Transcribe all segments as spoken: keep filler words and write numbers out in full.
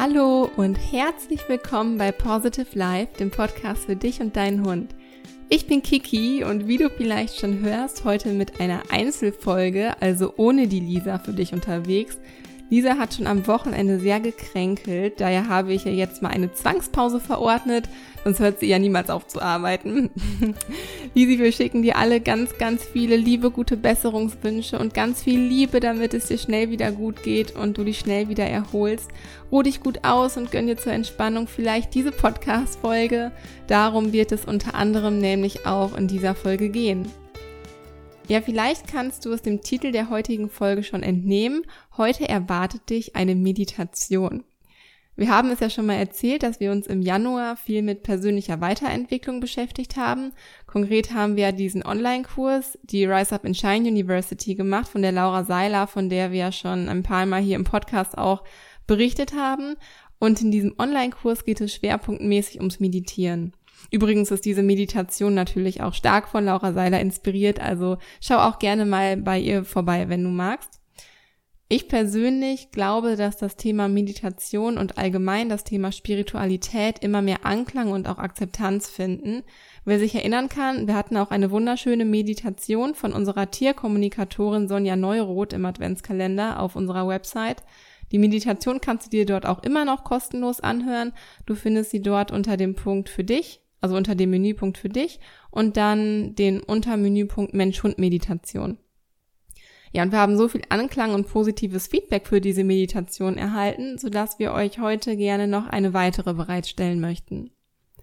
Hallo und herzlich willkommen bei Positive Life, dem Podcast für dich und deinen Hund. Ich bin Kiki und wie du vielleicht schon hörst, heute mit einer Einzelfolge, also ohne die Lisa für dich unterwegs. Lisa hat schon am Wochenende sehr gekränkelt, daher habe ich ihr jetzt mal eine Zwangspause verordnet, sonst hört sie ja niemals auf zu arbeiten. Lisi, wir schicken dir alle ganz, ganz viele liebe, gute Besserungswünsche und ganz viel Liebe, damit es dir schnell wieder gut geht und du dich schnell wieder erholst. Ruh dich gut aus und gönn dir zur Entspannung vielleicht diese Podcast-Folge. Darum wird es unter anderem nämlich auch in dieser Folge gehen. Ja, vielleicht kannst du es dem Titel der heutigen Folge schon entnehmen. Heute erwartet dich eine Meditation. Wir haben es ja schon mal erzählt, dass wir uns im Januar viel mit persönlicher Weiterentwicklung beschäftigt haben. Konkret haben wir diesen Online-Kurs, die Rise Up and Shine University, gemacht von der Laura Seiler, von der wir ja schon ein paar Mal hier im Podcast auch berichtet haben. Und in diesem Online-Kurs geht es schwerpunktmäßig ums Meditieren. Übrigens ist diese Meditation natürlich auch stark von Laura Seiler inspiriert, also schau auch gerne mal bei ihr vorbei, wenn du magst. Ich persönlich glaube, dass das Thema Meditation und allgemein das Thema Spiritualität immer mehr Anklang und auch Akzeptanz finden. Wer sich erinnern kann, wir hatten auch eine wunderschöne Meditation von unserer Tierkommunikatorin Sonja Neuroth im Adventskalender auf unserer Website. Die Meditation kannst du dir dort auch immer noch kostenlos anhören. Du findest sie dort unter dem Punkt für dich, also unter dem Menüpunkt für dich und dann den Untermenüpunkt Mensch-Hund-Meditation. Ja, und wir haben so viel Anklang und positives Feedback für diese Meditation erhalten, sodass wir euch heute gerne noch eine weitere bereitstellen möchten.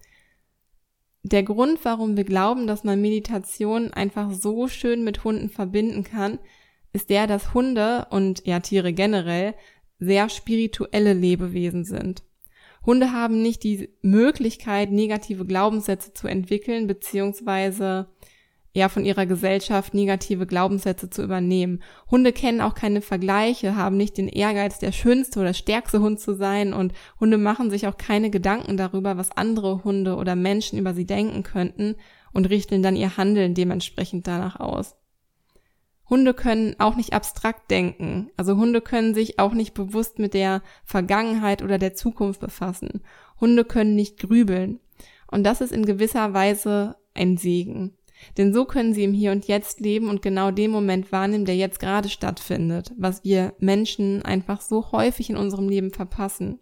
Der Grund, warum wir glauben, dass man Meditation einfach so schön mit Hunden verbinden kann, ist der, dass Hunde und ja Tiere generell sehr spirituelle Lebewesen sind. Hunde haben nicht die Möglichkeit, negative Glaubenssätze zu entwickeln, beziehungsweise ja von ihrer Gesellschaft negative Glaubenssätze zu übernehmen. Hunde kennen auch keine Vergleiche, haben nicht den Ehrgeiz, der schönste oder stärkste Hund zu sein, und Hunde machen sich auch keine Gedanken darüber, was andere Hunde oder Menschen über sie denken könnten, und richten dann ihr Handeln dementsprechend danach aus. Hunde können auch nicht abstrakt denken, also Hunde können sich auch nicht bewusst mit der Vergangenheit oder der Zukunft befassen. Hunde können nicht grübeln, und das ist in gewisser Weise ein Segen. Denn so können sie im Hier und Jetzt leben und genau den Moment wahrnehmen, der jetzt gerade stattfindet, was wir Menschen einfach so häufig in unserem Leben verpassen.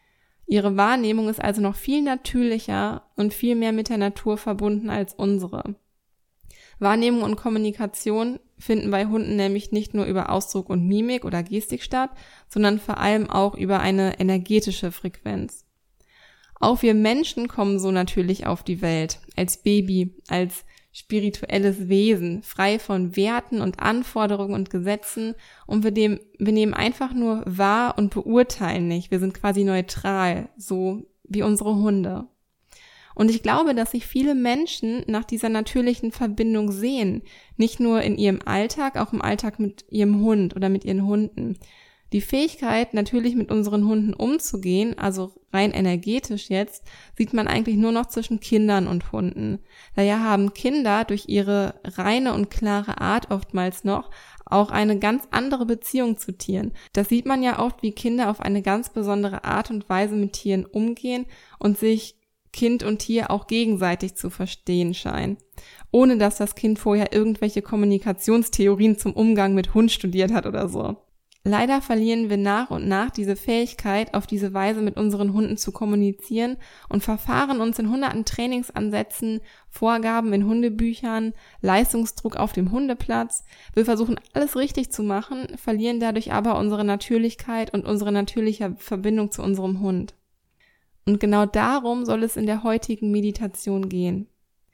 Ihre Wahrnehmung ist also noch viel natürlicher und viel mehr mit der Natur verbunden als unsere. Wahrnehmung und Kommunikation finden bei Hunden nämlich nicht nur über Ausdruck und Mimik oder Gestik statt, sondern vor allem auch über eine energetische Frequenz. Auch wir Menschen kommen so natürlich auf die Welt, als Baby, als spirituelles Wesen, frei von Werten und Anforderungen und Gesetzen, und wir, dem, wir nehmen einfach nur wahr und beurteilen nicht. Wir sind quasi neutral, so wie unsere Hunde. Und ich glaube, dass sich viele Menschen nach dieser natürlichen Verbindung sehen, nicht nur in ihrem Alltag, auch im Alltag mit ihrem Hund oder mit ihren Hunden. Die Fähigkeit, natürlich mit unseren Hunden umzugehen, also rein energetisch jetzt, sieht man eigentlich nur noch zwischen Kindern und Hunden. Daher haben Kinder durch ihre reine und klare Art oftmals noch auch eine ganz andere Beziehung zu Tieren. Das sieht man ja oft, wie Kinder auf eine ganz besondere Art und Weise mit Tieren umgehen und sich Kind und Tier auch gegenseitig zu verstehen scheinen, ohne dass das Kind vorher irgendwelche Kommunikationstheorien zum Umgang mit Hund studiert hat oder so. Leider verlieren wir nach und nach diese Fähigkeit, auf diese Weise mit unseren Hunden zu kommunizieren, und verfahren uns in hunderten Trainingsansätzen, Vorgaben in Hundebüchern, Leistungsdruck auf dem Hundeplatz. Wir versuchen alles richtig zu machen, verlieren dadurch aber unsere Natürlichkeit und unsere natürliche Verbindung zu unserem Hund. Und genau darum soll es in der heutigen Meditation gehen.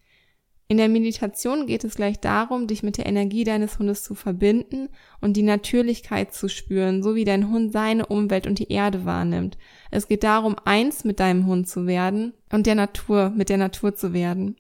In der Meditation geht es gleich darum, dich mit der Energie deines Hundes zu verbinden und die Natürlichkeit zu spüren, so wie dein Hund seine Umwelt und die Erde wahrnimmt. Es geht darum, eins mit deinem Hund zu werden und der Natur, mit der Natur zu werden.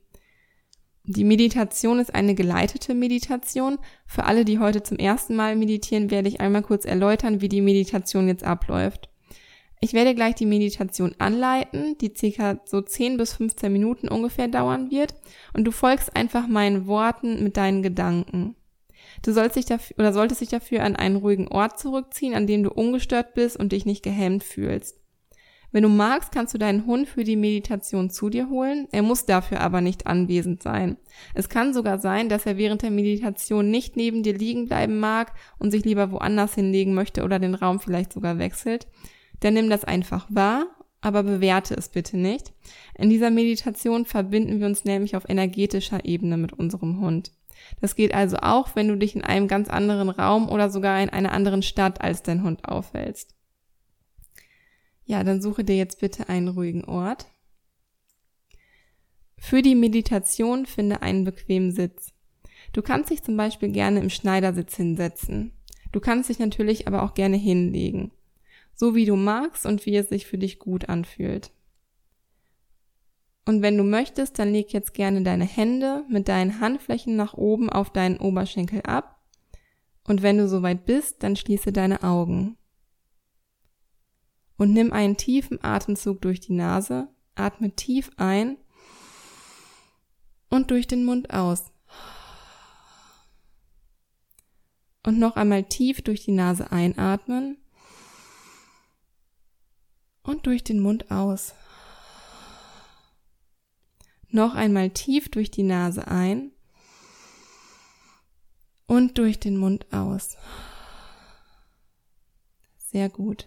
Die Meditation ist eine geleitete Meditation. Für alle, die heute zum ersten Mal meditieren, werde ich einmal kurz erläutern, wie die Meditation jetzt abläuft. Ich werde gleich die Meditation anleiten, die circa so zehn bis fünfzehn Minuten ungefähr dauern wird, und du folgst einfach meinen Worten mit deinen Gedanken. Du sollst dich dafür, oder solltest dich dafür an einen ruhigen Ort zurückziehen, an dem du ungestört bist und dich nicht gehemmt fühlst. Wenn du magst, kannst du deinen Hund für die Meditation zu dir holen. Er muss dafür aber nicht anwesend sein. Es kann sogar sein, dass er während der Meditation nicht neben dir liegen bleiben mag und sich lieber woanders hinlegen möchte oder den Raum vielleicht sogar wechselt. Dann nimm das einfach wahr, aber bewerte es bitte nicht. In dieser Meditation verbinden wir uns nämlich auf energetischer Ebene mit unserem Hund. Das geht also auch, wenn du dich in einem ganz anderen Raum oder sogar in einer anderen Stadt als dein Hund aufhältst. Ja, dann suche dir jetzt bitte einen ruhigen Ort. Für die Meditation finde einen bequemen Sitz. Du kannst dich zum Beispiel gerne im Schneidersitz hinsetzen. Du kannst dich natürlich aber auch gerne hinlegen. So wie du magst und wie es sich für dich gut anfühlt. Und wenn du möchtest, dann leg jetzt gerne deine Hände mit deinen Handflächen nach oben auf deinen Oberschenkel ab. Und wenn du soweit bist, dann schließe deine Augen. Und nimm einen tiefen Atemzug durch die Nase, atme tief ein und durch den Mund aus. Und noch einmal tief durch die Nase einatmen und durch den Mund aus. Noch einmal tief durch die Nase ein und durch den Mund aus. Sehr gut.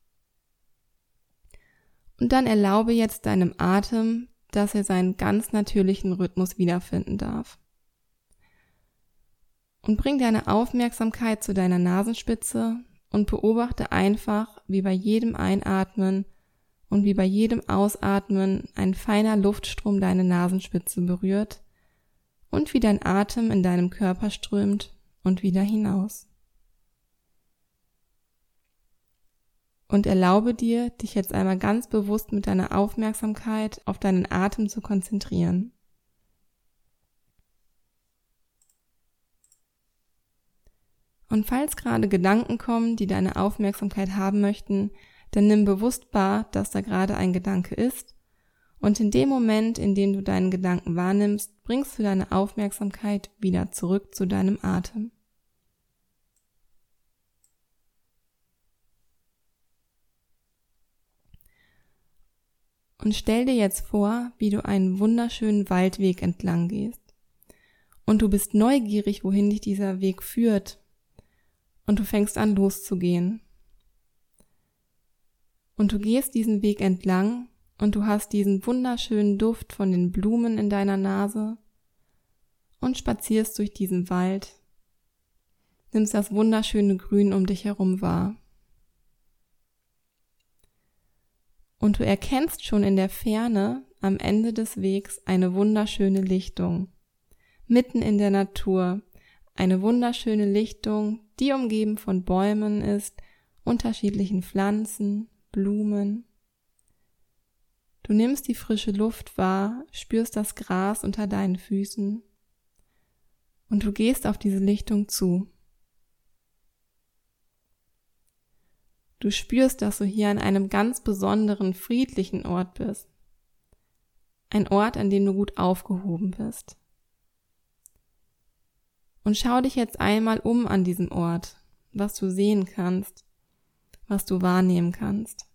Und dann erlaube jetzt deinem Atem, dass er seinen ganz natürlichen Rhythmus wiederfinden darf. Und bring deine Aufmerksamkeit zu deiner Nasenspitze und beobachte einfach, wie bei jedem Einatmen und wie bei jedem Ausatmen ein feiner Luftstrom deine Nasenspitze berührt und wie dein Atem in deinem Körper strömt und wieder hinaus. Und erlaube dir, dich jetzt einmal ganz bewusst mit deiner Aufmerksamkeit auf deinen Atem zu konzentrieren. Und falls gerade Gedanken kommen, die deine Aufmerksamkeit haben möchten, dann nimm bewusst wahr, dass da gerade ein Gedanke ist. Und in dem Moment, in dem du deinen Gedanken wahrnimmst, bringst du deine Aufmerksamkeit wieder zurück zu deinem Atem. Und stell dir jetzt vor, wie du einen wunderschönen Waldweg entlang gehst. Und du bist neugierig, wohin dich dieser Weg führt. Und du fängst an loszugehen. Und du gehst diesen Weg entlang und du hast diesen wunderschönen Duft von den Blumen in deiner Nase und spazierst durch diesen Wald, nimmst das wunderschöne Grün um dich herum wahr. Und du erkennst schon in der Ferne am Ende des Wegs eine wunderschöne Lichtung, mitten in der Natur, eine wunderschöne Lichtung, die umgeben von Bäumen ist, unterschiedlichen Pflanzen, Blumen. Du nimmst die frische Luft wahr, spürst das Gras unter deinen Füßen und du gehst auf diese Lichtung zu. Du spürst, dass du hier an einem ganz besonderen, friedlichen Ort bist. Ein Ort, an dem du gut aufgehoben bist. Und schau dich jetzt einmal um an diesem Ort, was du sehen kannst, was du wahrnehmen kannst.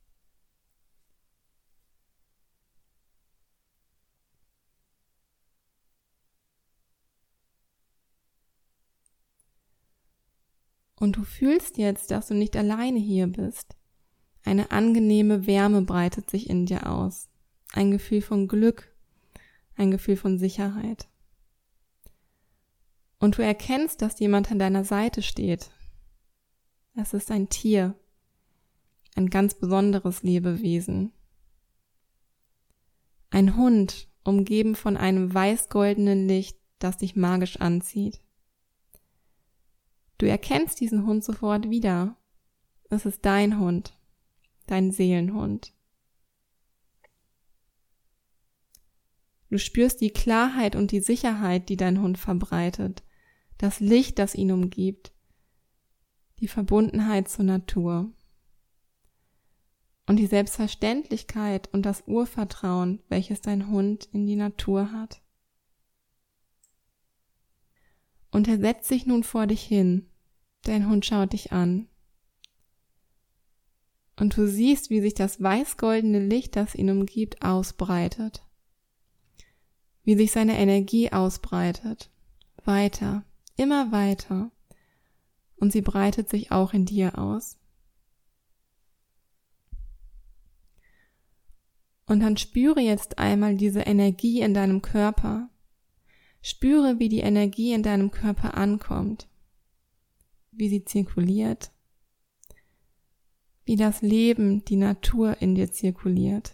Und du fühlst jetzt, dass du nicht alleine hier bist. Eine angenehme Wärme breitet sich in dir aus. Ein Gefühl von Glück, ein Gefühl von Sicherheit. Und du erkennst, dass jemand an deiner Seite steht. Es ist ein Tier, ein ganz besonderes Lebewesen. Ein Hund, umgeben von einem weiß-goldenen Licht, das dich magisch anzieht. Du erkennst diesen Hund sofort wieder. Es ist dein Hund, dein Seelenhund. Du spürst die Klarheit und die Sicherheit, die dein Hund verbreitet, das Licht, das ihn umgibt, die Verbundenheit zur Natur und die Selbstverständlichkeit und das Urvertrauen, welches dein Hund in die Natur hat. Und er setzt sich nun vor dich hin. Dein Hund schaut dich an. Und du siehst, wie sich das weiß-goldene Licht, das ihn umgibt, ausbreitet. Wie sich seine Energie ausbreitet. Weiter, immer weiter. Und sie breitet sich auch in dir aus. Und dann spüre jetzt einmal diese Energie in deinem Körper. Spüre, wie die Energie in deinem Körper ankommt. Wie sie zirkuliert. Wie das Leben, die Natur in dir zirkuliert.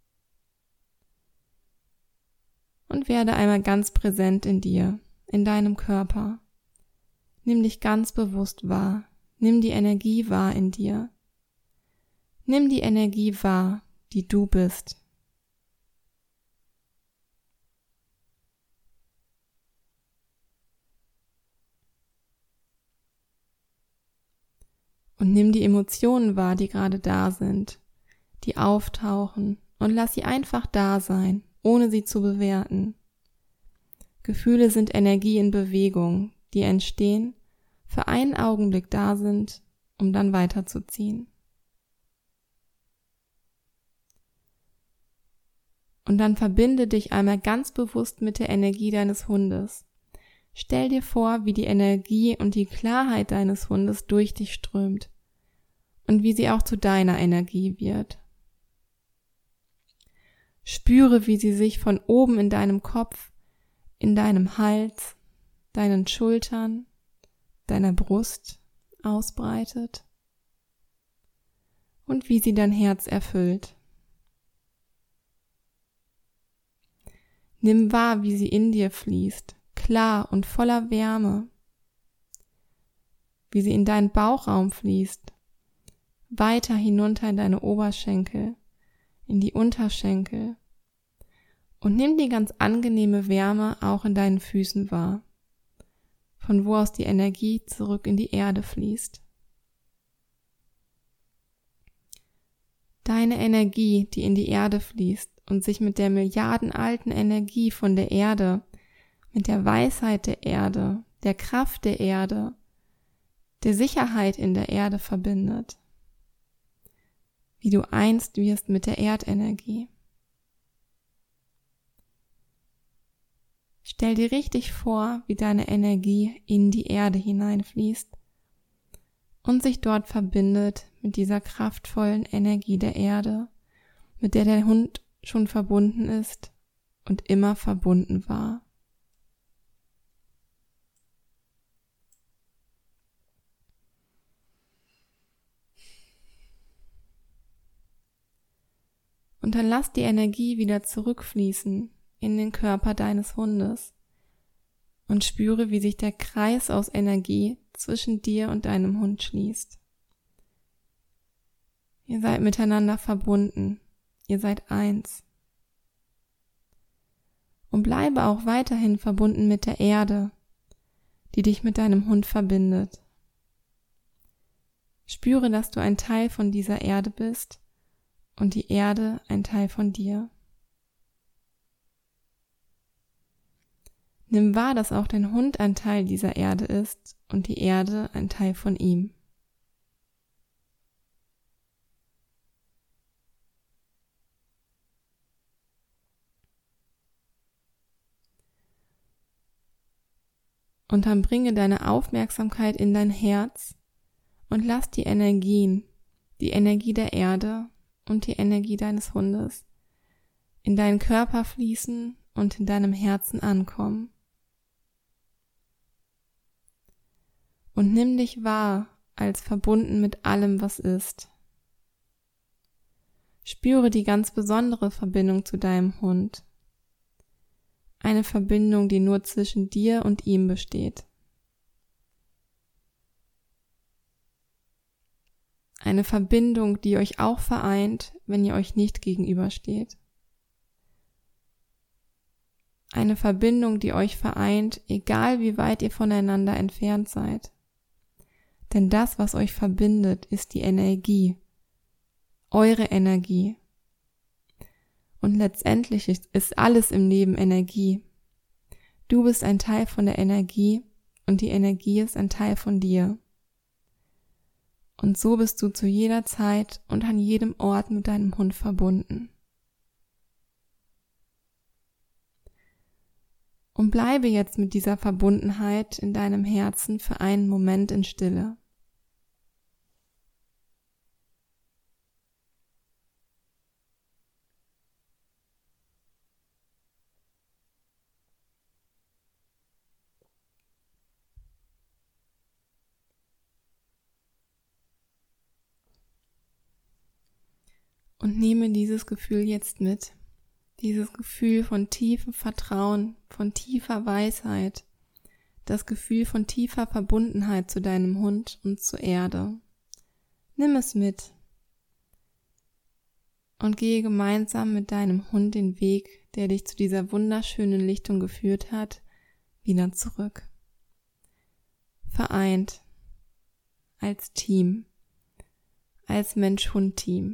Und werde einmal ganz präsent in dir, in deinem Körper. Nimm dich ganz bewusst wahr. Nimm die Energie wahr in dir. Nimm die Energie wahr, die du bist. Und nimm die Emotionen wahr, die gerade da sind, die auftauchen, und lass sie einfach da sein, ohne sie zu bewerten. Gefühle sind Energie in Bewegung, die entstehen, für einen Augenblick da sind, um dann weiterzuziehen. Und dann verbinde dich einmal ganz bewusst mit der Energie deines Hundes. Stell dir vor, wie die Energie und die Klarheit deines Hundes durch dich strömt und wie sie auch zu deiner Energie wird. Spüre, wie sie sich von oben in deinem Kopf, in deinem Hals, deinen Schultern, deiner Brust ausbreitet und wie sie dein Herz erfüllt. Nimm wahr, wie sie in dir fließt, klar und voller Wärme, wie sie in deinen Bauchraum fließt, weiter hinunter in deine Oberschenkel, in die Unterschenkel, und nimm die ganz angenehme Wärme auch in deinen Füßen wahr, von wo aus die Energie zurück in die Erde fließt. Deine Energie, die in die Erde fließt und sich mit der milliardenalten Energie von der Erde, mit der Weisheit der Erde, der Kraft der Erde, der Sicherheit in der Erde verbindet. Wie du eins wirst mit der Erdenergie. Stell dir richtig vor, wie deine Energie in die Erde hineinfließt und sich dort verbindet mit dieser kraftvollen Energie der Erde, mit der der Hund schon verbunden ist und immer verbunden war. Und dann lass die Energie wieder zurückfließen in den Körper deines Hundes und spüre, wie sich der Kreis aus Energie zwischen dir und deinem Hund schließt. Ihr seid miteinander verbunden, ihr seid eins. Und bleibe auch weiterhin verbunden mit der Erde, die dich mit deinem Hund verbindet. Spüre, dass du ein Teil von dieser Erde bist und die Erde ein Teil von dir. Nimm wahr, dass auch dein Hund ein Teil dieser Erde ist und die Erde ein Teil von ihm. Und dann bringe deine Aufmerksamkeit in dein Herz und lass die Energien, die Energie der Erde und die Energie deines Hundes in deinen Körper fließen und in deinem Herzen ankommen. Und nimm dich wahr als verbunden mit allem, was ist. Spüre die ganz besondere Verbindung zu deinem Hund. Eine Verbindung, die nur zwischen dir und ihm besteht. Eine Verbindung, die euch auch vereint, wenn ihr euch nicht gegenübersteht. Eine Verbindung, die euch vereint, egal wie weit ihr voneinander entfernt seid. Denn das, was euch verbindet, ist die Energie, eure Energie. Und letztendlich ist, ist alles im Leben Energie. Du bist ein Teil von der Energie und die Energie ist ein Teil von dir. Und so bist du zu jeder Zeit und an jedem Ort mit deinem Hund verbunden. Und bleibe jetzt mit dieser Verbundenheit in deinem Herzen für einen Moment in Stille. Und nehme dieses Gefühl jetzt mit. Dieses Gefühl von tiefem Vertrauen, von tiefer Weisheit. Das Gefühl von tiefer Verbundenheit zu deinem Hund und zur Erde. Nimm es mit. Und gehe gemeinsam mit deinem Hund den Weg, der dich zu dieser wunderschönen Lichtung geführt hat, wieder zurück. Vereint. Als Team. Als Mensch-Hund-Team.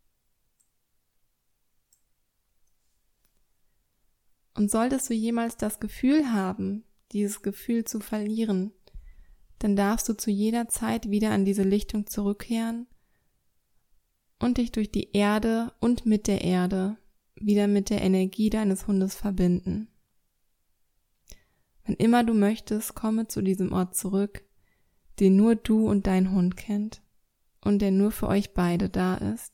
Und solltest du jemals das Gefühl haben, dieses Gefühl zu verlieren, dann darfst du zu jeder Zeit wieder an diese Lichtung zurückkehren und dich durch die Erde und mit der Erde wieder mit der Energie deines Hundes verbinden. Wenn immer du möchtest, komme zu diesem Ort zurück, den nur du und dein Hund kennt und der nur für euch beide da ist.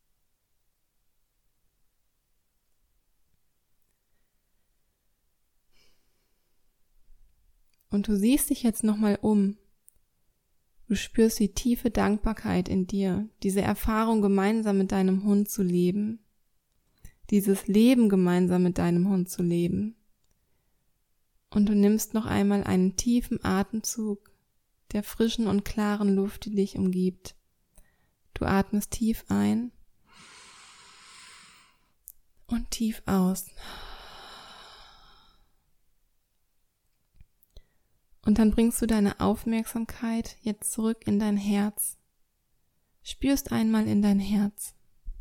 Und du siehst dich jetzt nochmal um. Du spürst die tiefe Dankbarkeit in dir, diese Erfahrung gemeinsam mit deinem Hund zu leben, dieses Leben gemeinsam mit deinem Hund zu leben. Und du nimmst noch einmal einen tiefen Atemzug der frischen und klaren Luft, die dich umgibt. Du atmest tief ein und tief aus. Und dann bringst du deine Aufmerksamkeit jetzt zurück in dein Herz. Spürst einmal in dein Herz.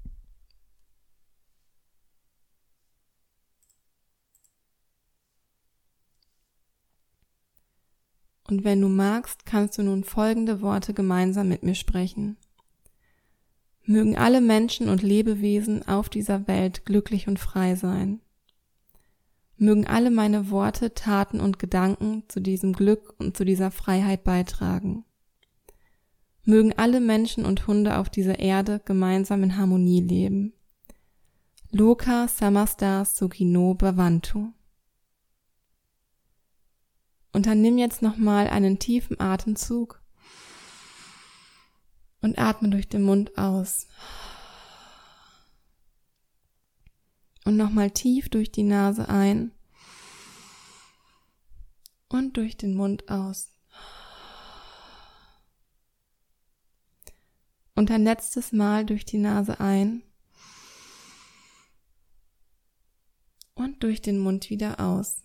Und wenn du magst, kannst du nun folgende Worte gemeinsam mit mir sprechen. Mögen alle Menschen und Lebewesen auf dieser Welt glücklich und frei sein. Mögen alle meine Worte, Taten und Gedanken zu diesem Glück und zu dieser Freiheit beitragen. Mögen alle Menschen und Hunde auf dieser Erde gemeinsam in Harmonie leben. Loka Samasta Sukhino Bhavantu. Und dann nimm jetzt nochmal einen tiefen Atemzug und atme durch den Mund aus. Und nochmal tief durch die Nase ein und durch den Mund aus. Und ein letztes Mal durch die Nase ein und durch den Mund wieder aus.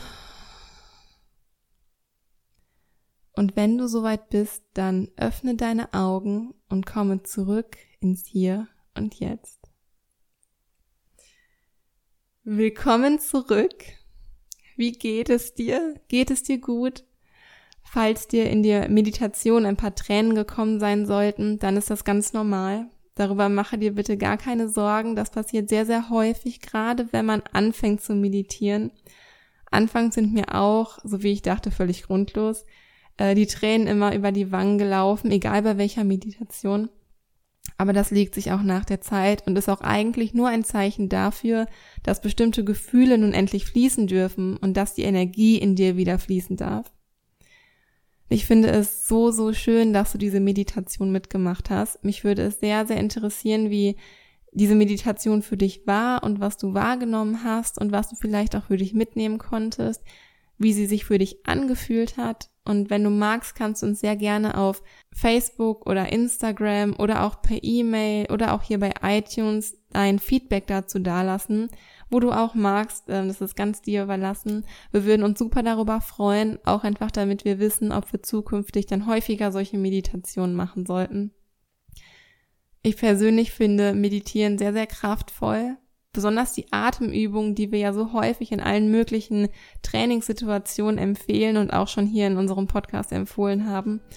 Und wenn du soweit bist, dann öffne deine Augen und komme zurück ins Hier und Jetzt. Willkommen zurück. Wie geht es dir? Geht es dir gut? Falls dir in der Meditation ein paar Tränen gekommen sein sollten, dann ist das ganz normal. Darüber mache dir bitte gar keine Sorgen. Das passiert sehr, sehr häufig, gerade wenn man anfängt zu meditieren. Anfangs sind mir auch, so wie ich dachte, völlig grundlos, äh, die Tränen immer über die Wangen gelaufen, egal bei welcher Meditation. Aber das legt sich auch nach der Zeit und ist auch eigentlich nur ein Zeichen dafür, dass bestimmte Gefühle nun endlich fließen dürfen und dass die Energie in dir wieder fließen darf. Ich finde es so, so schön, dass du diese Meditation mitgemacht hast. Mich würde es sehr, sehr interessieren, wie diese Meditation für dich war und was du wahrgenommen hast und was du vielleicht auch für dich mitnehmen konntest, wie sie sich für dich angefühlt hat. Und wenn du magst, kannst du uns sehr gerne auf Facebook oder Instagram oder auch per E-Mail oder auch hier bei iTunes ein Feedback dazu dalassen, wo du auch magst. Das ist ganz dir überlassen. Wir würden uns super darüber freuen, auch einfach damit wir wissen, ob wir zukünftig dann häufiger solche Meditationen machen sollten. Ich persönlich finde Meditieren sehr, sehr kraftvoll. Besonders die Atemübungen, die wir ja so häufig in allen möglichen Trainingssituationen empfehlen und auch schon hier in unserem Podcast empfohlen haben,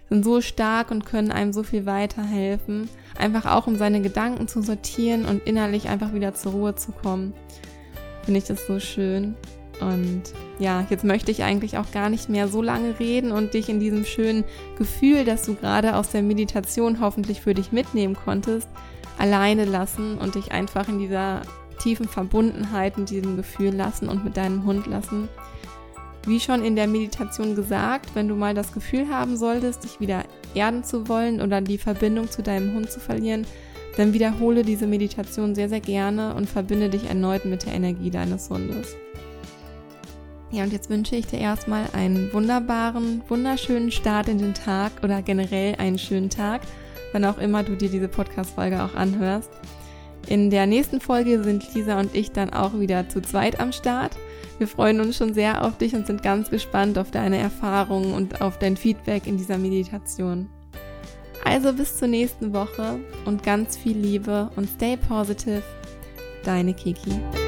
sind so stark und können einem so viel weiterhelfen. Einfach auch, um seine Gedanken zu sortieren und innerlich einfach wieder zur Ruhe zu kommen. Finde ich das so schön. Und ja, jetzt möchte ich eigentlich auch gar nicht mehr so lange reden und dich in diesem schönen Gefühl, das du gerade aus der Meditation hoffentlich für dich mitnehmen konntest, alleine lassen und dich einfach in dieser tiefen Verbundenheit mit diesem Gefühl lassen und mit deinem Hund lassen. Wie schon in der Meditation gesagt, wenn du mal das Gefühl haben solltest, dich wieder erden zu wollen oder die Verbindung zu deinem Hund zu verlieren, dann wiederhole diese Meditation sehr, sehr gerne und verbinde dich erneut mit der Energie deines Hundes. Ja, und jetzt wünsche ich dir erstmal einen wunderbaren, wunderschönen Start in den Tag oder generell einen schönen Tag, wann auch immer du dir diese Podcast-Folge auch anhörst. In der nächsten Folge sind Lisa und ich dann auch wieder zu zweit am Start. Wir freuen uns schon sehr auf dich und sind ganz gespannt auf deine Erfahrungen und auf dein Feedback in dieser Meditation. Also bis zur nächsten Woche und ganz viel Liebe und stay positive. Deine Kiki.